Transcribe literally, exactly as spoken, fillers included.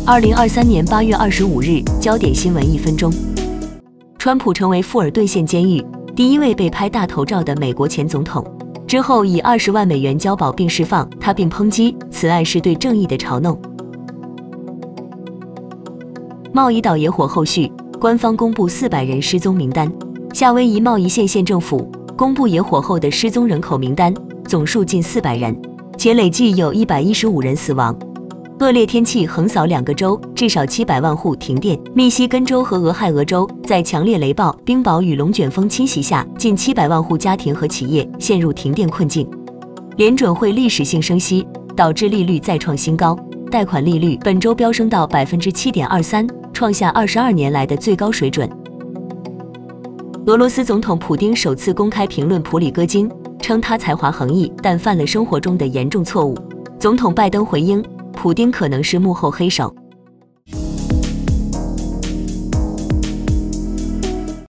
二零二三年八月二十五日，焦点新闻一分钟。川普成为富尔顿县监狱第一位被拍大头照的美国前总统，之后以二十万美元交保并释放他，并抨击此案是对正义的嘲弄。贸易岛野火后续，官方公布四百人失踪名单。夏威夷贸易县县政府公布野火后的失踪人口名单，总数近四百人，且累计有一百一十五人死亡。恶劣天气横扫两个州，至少七百万户停电。密西根州和俄亥俄州在强烈雷暴、冰雹与龙卷风侵袭下，近七百万户家庭和企业陷入停电困境。联准会历史性升息，导致利率再创新高，贷款利率本周飙升到 百分之七点二三， 创下二十二年来的最高水准。俄罗斯总统普丁首次公开评论普里戈金，称他才华横溢，但犯了生活中的严重错误。总统拜登回应，普丁可能是幕后黑手。